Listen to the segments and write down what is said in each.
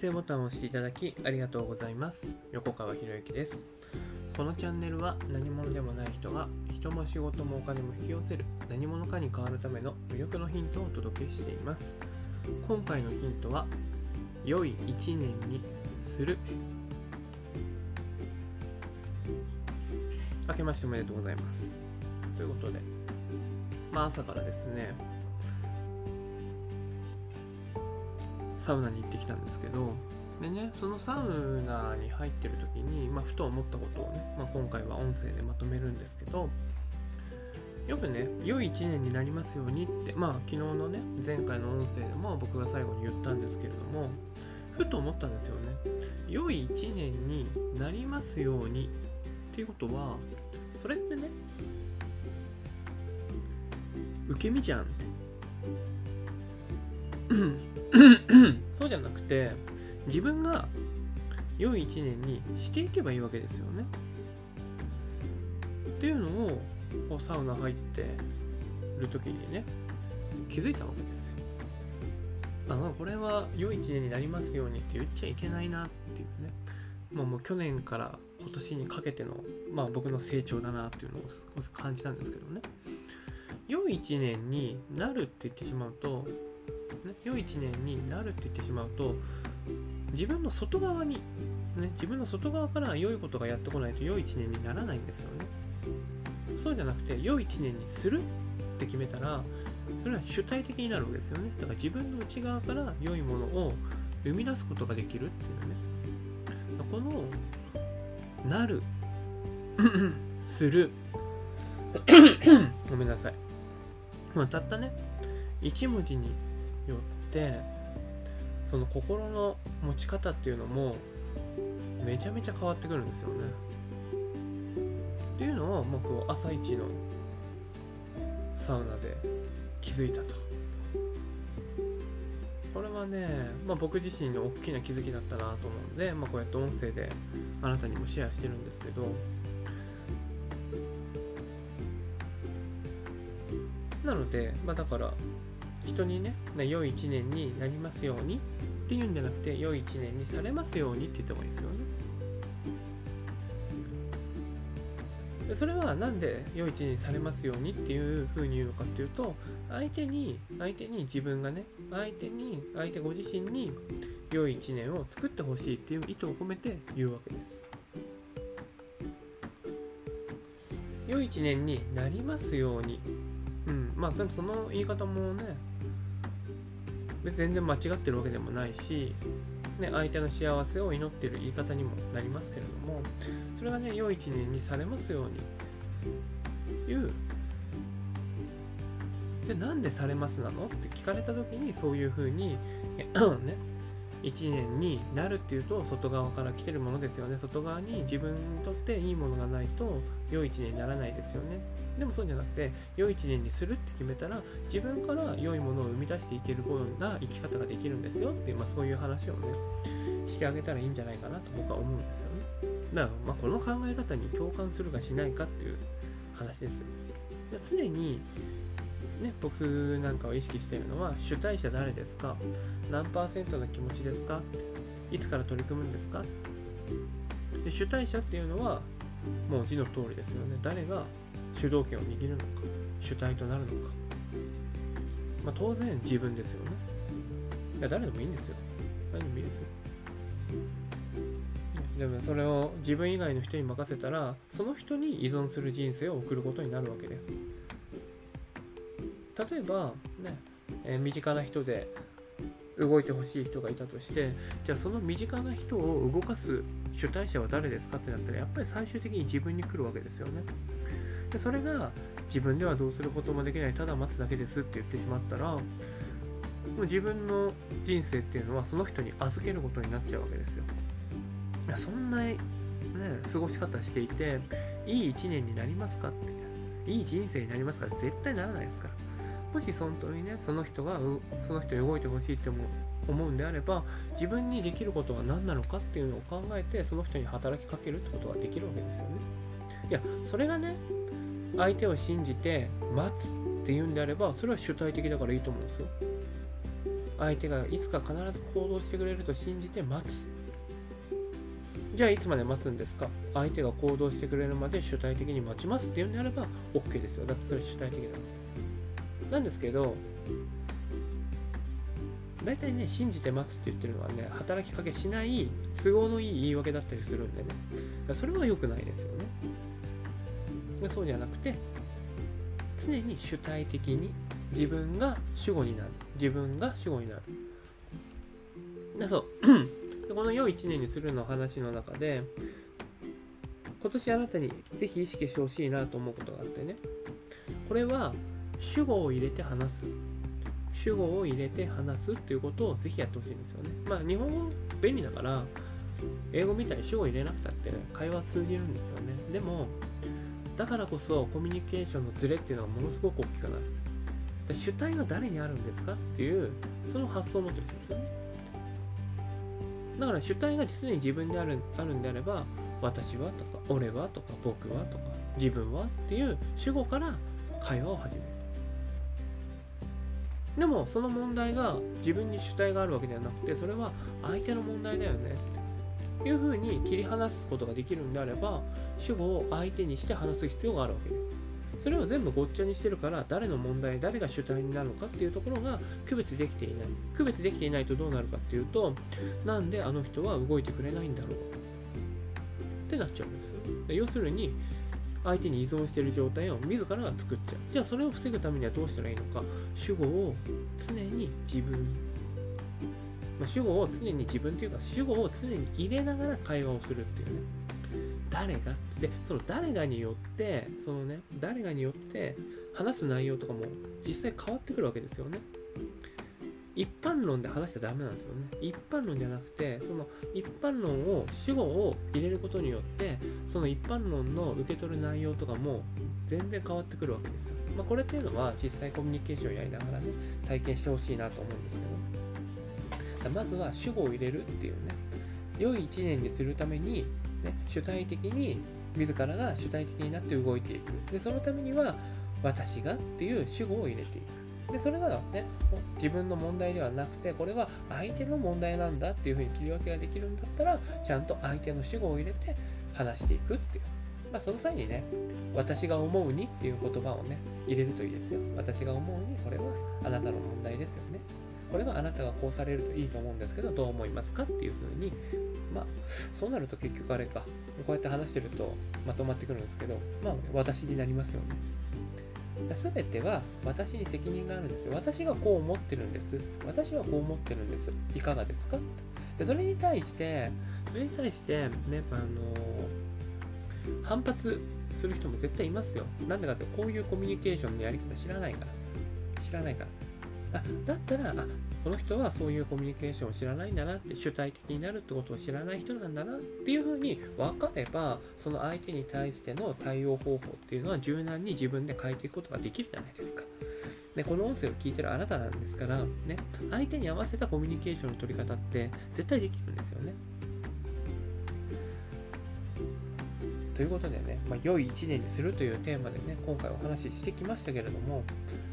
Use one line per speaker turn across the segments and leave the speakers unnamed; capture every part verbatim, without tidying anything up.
定ボタンを押していただきありがとうございます。横川博之です。このチャンネルは何者でもない人が人も仕事もお金も引き寄せる何者かに変わるための魅力のヒントをお届けしています。今回のヒントは良いいちねんにする。明けましておめでとうございます。ということで、まあ朝からですね、サウナに行ってきたんですけど、でね、そのサウナに入ってる時に、まあ、ふと思ったことをね、まあ、今回は音声でまとめるんですけど、よくね、良いいちねんになりますようにって、まあ昨日のね、前回の音声でも僕が最後に言ったんですけれども、ふと思ったんですよね。良いいちねんになりますようにっていうことは、それってね、受け身じゃんって。そうじゃなくて、自分が良いいちねんにしていけばいいわけですよね。っていうのをこうサウナ入ってる時にね、気づいたわけですよ。あのこれは良いいちねんになりますようにって言っちゃいけないなっていうね。もうもう去年から今年にかけての、まあ、僕の成長だなっていうのを少し感じたんですけどね。良いいちねんになるって言ってしまうと、ね、良いいちねんになるって言ってしまうと、自分の外側に、ね、自分の外側から良いことがやってこないと良いいちねんにならないんですよね。そうじゃなくて、良いいちねんにするって決めたら、それは主体的になるわけですよね。だから自分の内側から良いものを生み出すことができるっていうね。この、なる、する、ごめんなさい。まあ、たったね、一文字によってその心の持ち方っていうのもめちゃめちゃ変わってくるんですよね。っていうのを僕は朝一のサウナで気づいたと。これはね、まあ、僕自身の大きな気づきだったなと思うんで、まあ、こうやって音声であなたにもシェアしてるんですけど、なので、まあ、だから人にね、良いいちねんになりますようにっていうんじゃなくて、良いいちねんにされますようにって言った方がいいですよね。でそれはなんで良いいちねんにされますようにっていう風に言うのかっていうと、相手に、相手に自分がね、相手に、相手ご自身に良いいちねんを作ってほしいっていう意図を込めて言うわけです。良いいちねんになりますように。うん、まあでもその言い方もね、別に全然間違ってるわけでもないし、ね、相手の幸せを祈ってる言い方にもなりますけれども、それがね、良いいちねんにされますようにっていう。じゃあなんでされますなのって聞かれた時に、そういうふうに、ね、いちねんになるっていうと外側から来てるものですよね。外側に自分にとっていいものがないと良いいちねんにならないですよね。でもそうじゃなくて、良いいちねんにするって決めたら、自分から良いものを生み出していけるような生き方ができるんですよっていう、まあ、そういう話をね、してあげたらいいんじゃないかなと僕は思うんですよね。だから、まあ、この考え方に共感するかしないかっていう話ですよ。常にね、僕なんかを意識しているのは、主体者誰ですか？何パーセントの気持ちですか？いつから取り組むんですか？で主体者っていうのは、もう字の通りですよね。誰が主導権を握るのか、主体となるのか。まあ当然自分ですよね。いや、誰でもいいんですよ。誰でもいいですよ。でもそれを自分以外の人に任せたら、その人に依存する人生を送ることになるわけです。例えば、ね、えー、身近な人で動いてほしい人がいたとして、じゃあその身近な人を動かす主体者は誰ですかってなったら、やっぱり最終的に自分に来るわけですよね。でそれが自分ではどうすることもできない、ただ待つだけですって言ってしまったら、もう自分の人生っていうのはその人に預けることになっちゃうわけですよ。いや、そんな、ね、過ごし方していて、いい一年になりますかって、いい人生になりますかって絶対ならないですから。もし本当にね、その人がその人に動いてほしいって思う、思うんであれば、自分にできることは何なのかっていうのを考えて、その人に働きかけるってことができるわけですよね。いや、それがね、相手を信じて待つっていうんであれば、それは主体的だからいいと思うんですよ。 相手がいつか必ず行動してくれると信じて待つ。じゃあいつまで待つんですか？相手が行動してくれるまで主体的に待ちますっていうんであれば OK ですよ。だってそれ主体的だ。なんですけど、大体ね、信じて待つって言ってるのはね、働きかけしない都合のいい言い訳だったりするんでね。それは良くないですよね。そうじゃなくて、常に主体的に自分が主語になる。自分が主語になる。だそう。でこの良い一年にするの話の中で、今年あなたにぜひ意識してほしいなと思うことがあってね。これは主語を入れて話す。主語を入れて話すっていうことをぜひやってほしいんですよね。まあ日本語便利だから英語みたいに主語入れなくたって、ね、会話通じるんですよね。でもだからこそコミュニケーションのズレっていうのがものすごく大きくなる。で主体は誰にあるんですかっていうその発想を持ってるんですよね。だから主体が常に自分である、あるんであれば、私はとか俺はとか僕はとか自分はっていう主語から会話を始める。でもその問題が自分に主体があるわけではなくて、それは相手の問題だよねっていうふうに切り離すことができるんであれば、主語を相手にして話す必要があるわけです。それを全部ごっちゃにしてるから、誰の問題、誰が主体になるのかっていうところが区別できていない。区別できていないとどうなるかっていうと、なんであの人は動いてくれないんだろうってなっちゃうんですよ。で要するに相手に依存している状態を自らが作っちゃう。じゃあそれを防ぐためにはどうしたらいいのか。主語を常に自分、まあ、主語を常に自分というか主語を常に入れながら会話をするっていうね。誰がで、その誰がによって、そのね、誰がによって話す内容とかも実際変わってくるわけですよね。一般論で話しちゃダメなんですよね。一般論じゃなくて、その一般論を、主語を入れることによって、その一般論の受け取る内容とかも全然変わってくるわけですよ。まあ、これっていうのは実際コミュニケーションをやりながらね、体験してほしいなと思うんですけど、まずは主語を入れるっていうね、良い一年にするために、ね、主体的に、自らが主体的になって動いていく。で、そのためには、私がっていう主語を入れていく。でそれがね、自分の問題ではなくて、これは相手の問題なんだっていうふうに切り分けができるんだったら、ちゃんと相手の主語を入れて話していくっていう。まあ、その際にね、私が思うにっていう言葉をね、入れるといいですよ。私が思うに、これはあなたの問題ですよね。これはあなたがこうされるといいと思うんですけど、どう思いますかっていうふうに、まあ、そうなると結局あれか、こうやって話してるとまとまってくるんですけど、まあ、私になりますよね。すべては私に責任があるんですよ。私がこう思ってるんです。私はこう思ってるんです。いかがですか？でそれに対して、それに対して、ね、あのー、反発する人も絶対いますよ。なんでかって、こういうコミュニケーションのやり方知らないから。知らないから。あ、だったら、あ、この人はそういうコミュニケーションを知らないんだなって、主体的になるってことを知らない人なんだなっていうふうに分かれば、その相手に対しての対応方法っていうのは柔軟に自分で変えていくことができるじゃないですか。で、この音声を聞いてるあなたなんですから、ね、相手に合わせたコミュニケーションの取り方って絶対できるんですよね。ということでね、まあ、良い一年にするというテーマでね、今回お話ししてきましたけれども、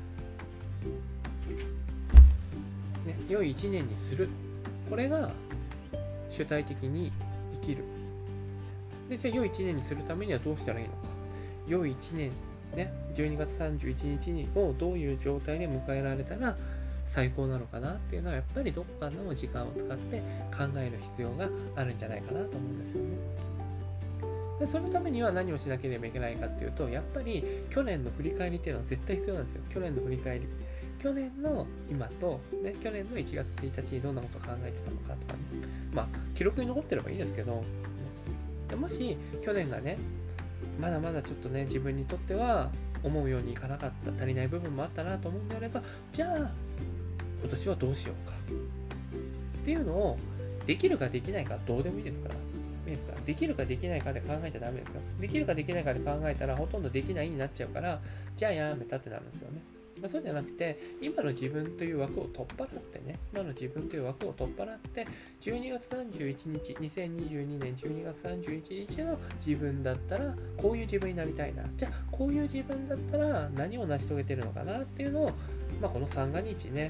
ね、良い一年にする。これが主体的に生きる。で、じゃあ良い一年にするためにはどうしたらいいのか。良い一年、ね、じゅうにがつさんじゅういちにちにをどういう状態で迎えられたら最高なのかなっていうのは、やっぱりどこかの時間を使って考える必要があるんじゃないかなと思うんですよね。でそのためには何をしなければいけないかっていうと、やっぱり去年の振り返りっていうのは絶対必要なんですよ。去年の振り返り。去年の今と、ね、去年のいちがつついたちにどんなことを考えてたのかとかね。まあ、記録に残ってればいいですけど、ね、もし去年がね、まだまだちょっとね、自分にとっては思うようにいかなかった、足りない部分もあったなと思うんであれば、じゃあ、今年はどうしようか。っていうのを、できるかできないかどうでもいいですから。いいですか？できるかできないかで考えちゃダメですよ。できるかできないかで考えたら、ほとんどできないになっちゃうから、じゃあやめたってなるんですよね。まあ、そうじゃなくて、今の自分という枠を取っ払ってね、今の自分という枠を取っ払って、じゅうにがつさんじゅういちにち、にせんにじゅうにねんじゅうにがつさんじゅういちにちの自分だったら、こういう自分になりたいな。じゃあ、こういう自分だったら何を成し遂げてるのかなっていうのを、まあ、この三が日ね、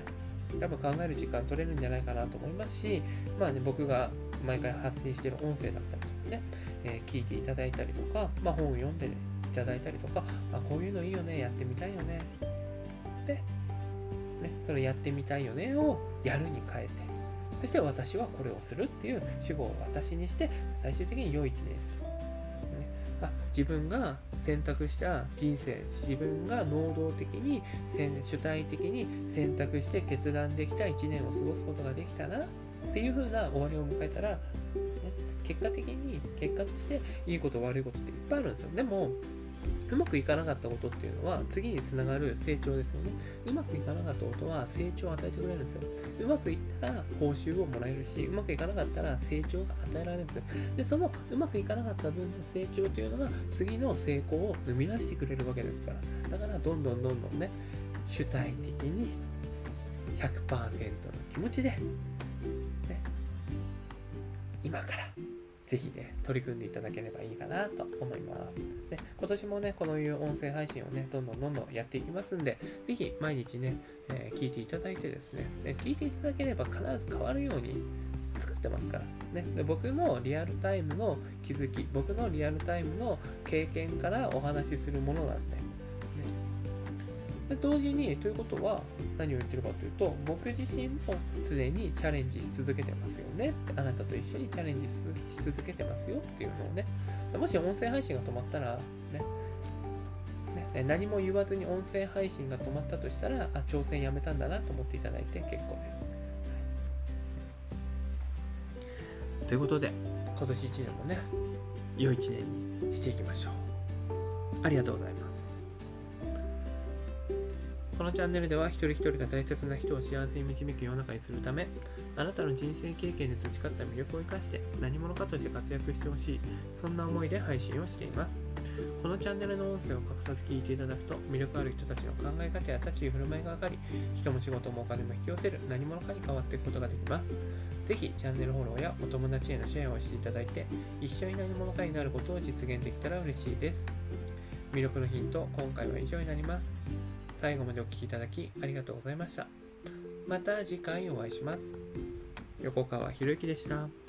やっぱ考える時間取れるんじゃないかなと思いますし、まあね、僕が毎回発信している音声だったりとかね、えー聞いていただいたりとか、まあ、本を読んでいただいたりとか、あ、こういうのいいよね、やってみたいよね。で、ね、それやってみたいよねをやるに変えて、そして私はこれをするっていう主語を私にして、最終的に良い一年にする。ね、あ、自分が選択した人生、自分が能動的に主体的に選択して決断できたいちねんを過ごすことができたなっていう風な終わりを迎えたら、ね、結果的に結果としていいこと悪いことっていっぱいあるんですよ。でもうまくいかなかったことっていうのは次につながる成長ですよね。うまくいかなかったことは成長を与えてくれるんですよ。うまくいったら報酬をもらえるし、うまくいかなかったら成長が与えられるんですよ。で、そのうまくいかなかった分の成長というのが次の成功を生み出してくれるわけですから。だからどんどんどんどんね、主体的に ひゃくパーセント の気持ちで、ね、今からぜひね、取り組んでいただければいいかなと思います。で、今年もね、このいう音声配信をね、どんどんどんどんやっていきますんで、ぜひ毎日ね、えー聞いていただいてですね、で聞いていただければ必ず変わるように作ってますから、ね、で僕のリアルタイムの気づき、僕のリアルタイムの経験からお話しするものなんで、ね、で同時に、ということは何を言ってるかというと、僕自身も常にチャレンジし続けてますよね。あなたと一緒にチャレンジし続けてますよっていうのをね、もし音声配信が止まったら、ね、ね、何も言わずに音声配信が止まったとしたら、あ、挑戦やめたんだなと思っていただいて結構です。はい、ということで、今年いちねんもね、良いいちねんにしていきましょう。ありがとうございます。このチャンネルでは一人一人が大切な人を幸せに導く世の中にするため、あなたの人生経験で培った魅力を生かして何者かとして活躍してほしい、そんな思いで配信をしています。このチャンネルの音声を隠さず聞いていただくと、魅力ある人たちの考え方や立ち居振る舞いが分かり、人も仕事もお金も引き寄せる何者かに変わっていくことができます。ぜひチャンネルフォローやお友達へのシェアをしていただいて、一緒に何者かになることを実現できたら嬉しいです。魅力のヒント、今回は以上になります。最後までお聞きいただきありがとうございました。また次回お会いします。横川博之でした。